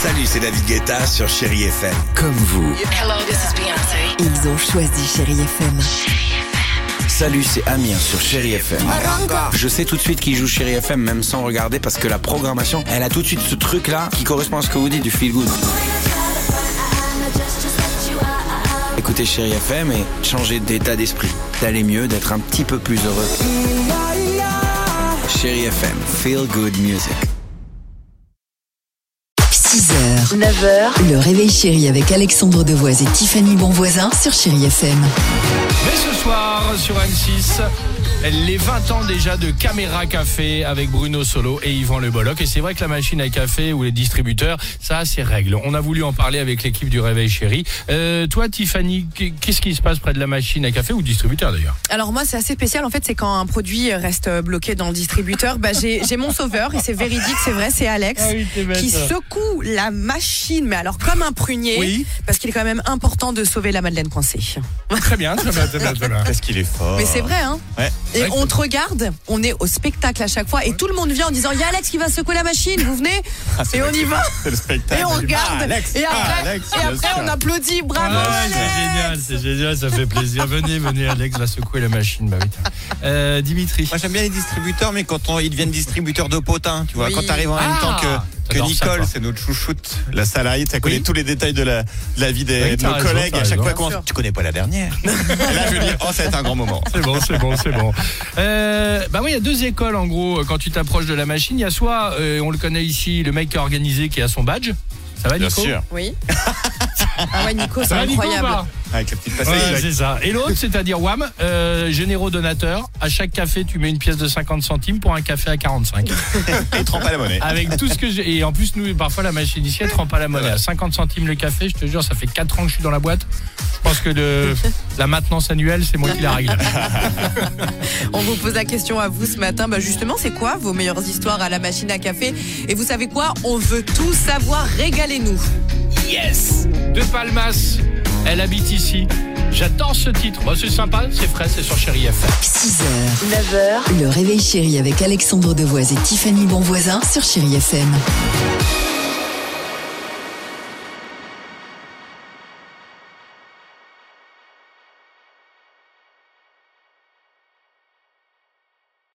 Salut, c'est David Guetta sur Chérie FM. Comme vous. Hello, this is Beyoncé. Ils ont choisi Chérie FM. Salut, c'est Amir sur Chérie FM. Je sais tout de suite qui joue Chérie FM, même sans regarder, parce que la programmation, elle a tout de suite ce truc-là qui correspond à ce que vous dites, du feel good. Écoutez Chérie FM et changez d'état d'esprit, d'aller mieux, d'être un petit peu plus heureux. Chérie FM, feel good music. 6h, 9h, le réveil chéri avec Alexandre Devoise et Tiffany Bonvoisin sur Chérie FM. Mais ce soir, sur M6, les 20 ans déjà de Caméra Café avec Bruno Solo et Yvan Le Bolloc. Et c'est vrai que la machine à café ou les distributeurs, ça a ses règles. On a voulu en parler avec l'équipe du Réveil Chéri. Toi, Tiffany, qu'est-ce qui se passe près de la machine à café ou distributeur d'ailleurs? Alors moi, c'est assez spécial. En fait, c'est quand un produit reste bloqué dans le distributeur. J'ai mon sauveur et c'est véridique, c'est vrai, c'est Alex qui secoue la machine, mais alors comme un prunier, oui. Parce qu'il est quand même important de sauver la Madeleine coincée. Très bien. Qu'est-ce qu'il est fort. Mais c'est vrai, hein. Ouais. Et on te regarde, on est au spectacle à chaque fois et tout le monde vient en disant il y a Alex qui va secouer la machine, vous venez? Et on y va. C'est le spectacle. Et on regarde. Alex. Et après, Alex, bien sûr. on applaudit. Bravo, Alex. C'est génial, ça fait plaisir. Venez, Alex va secouer la machine. Bah oui. Dimitri. Moi j'aime bien les distributeurs, mais quand ils deviennent distributeurs de potins, tu vois, Oui. quand t'arrives en même temps que t'adores Nicole, ça, toi. c'est notre chouchoute, la salariée, ça connaît tous les détails de la vie de t'as nos raison, collègues. t'as À chaque raison. fois, comment tu connais pas la dernière. Et là, je veux dire, ça va être un grand moment. C'est bon. Bah oui, il y a deux écoles en gros quand tu t'approches de la machine. Il y a soit, on le connaît ici, le mec qui a organisé, qui a son badge. Ça va, Bien Nico? sûr. Oui. Ah ouais, Nico, c'est Ça va, Nico, incroyable. ou pas? Avec la petite Ouais, passaille. c'est ça. Et l'autre, c'est-à-dire WAM, généraux donateurs. À chaque café, tu mets une pièce de 50 centimes pour un café à 45. Et trempe à la monnaie. Avec tout ce que j'ai. Et en plus, nous, parfois, la machine ici, elle trempe pas la monnaie. À 50 centimes le café, je te jure, ça fait 4 ans que je suis dans la boîte. Je pense que la maintenance annuelle, c'est moi qui la règle. On vous pose la question à vous ce matin. Bah justement, c'est quoi vos meilleures histoires à la machine à café? Et vous savez quoi? On veut tout savoir. Régalez-nous. Yes! De Palmas, elle habite ici. J'adore ce titre. Bon, c'est sympa, c'est frais, c'est sur Chérie FM. 6h, 9h, le réveil chéri avec Alexandre Devoise et Tiffany Bonvoisin sur Chérie FM.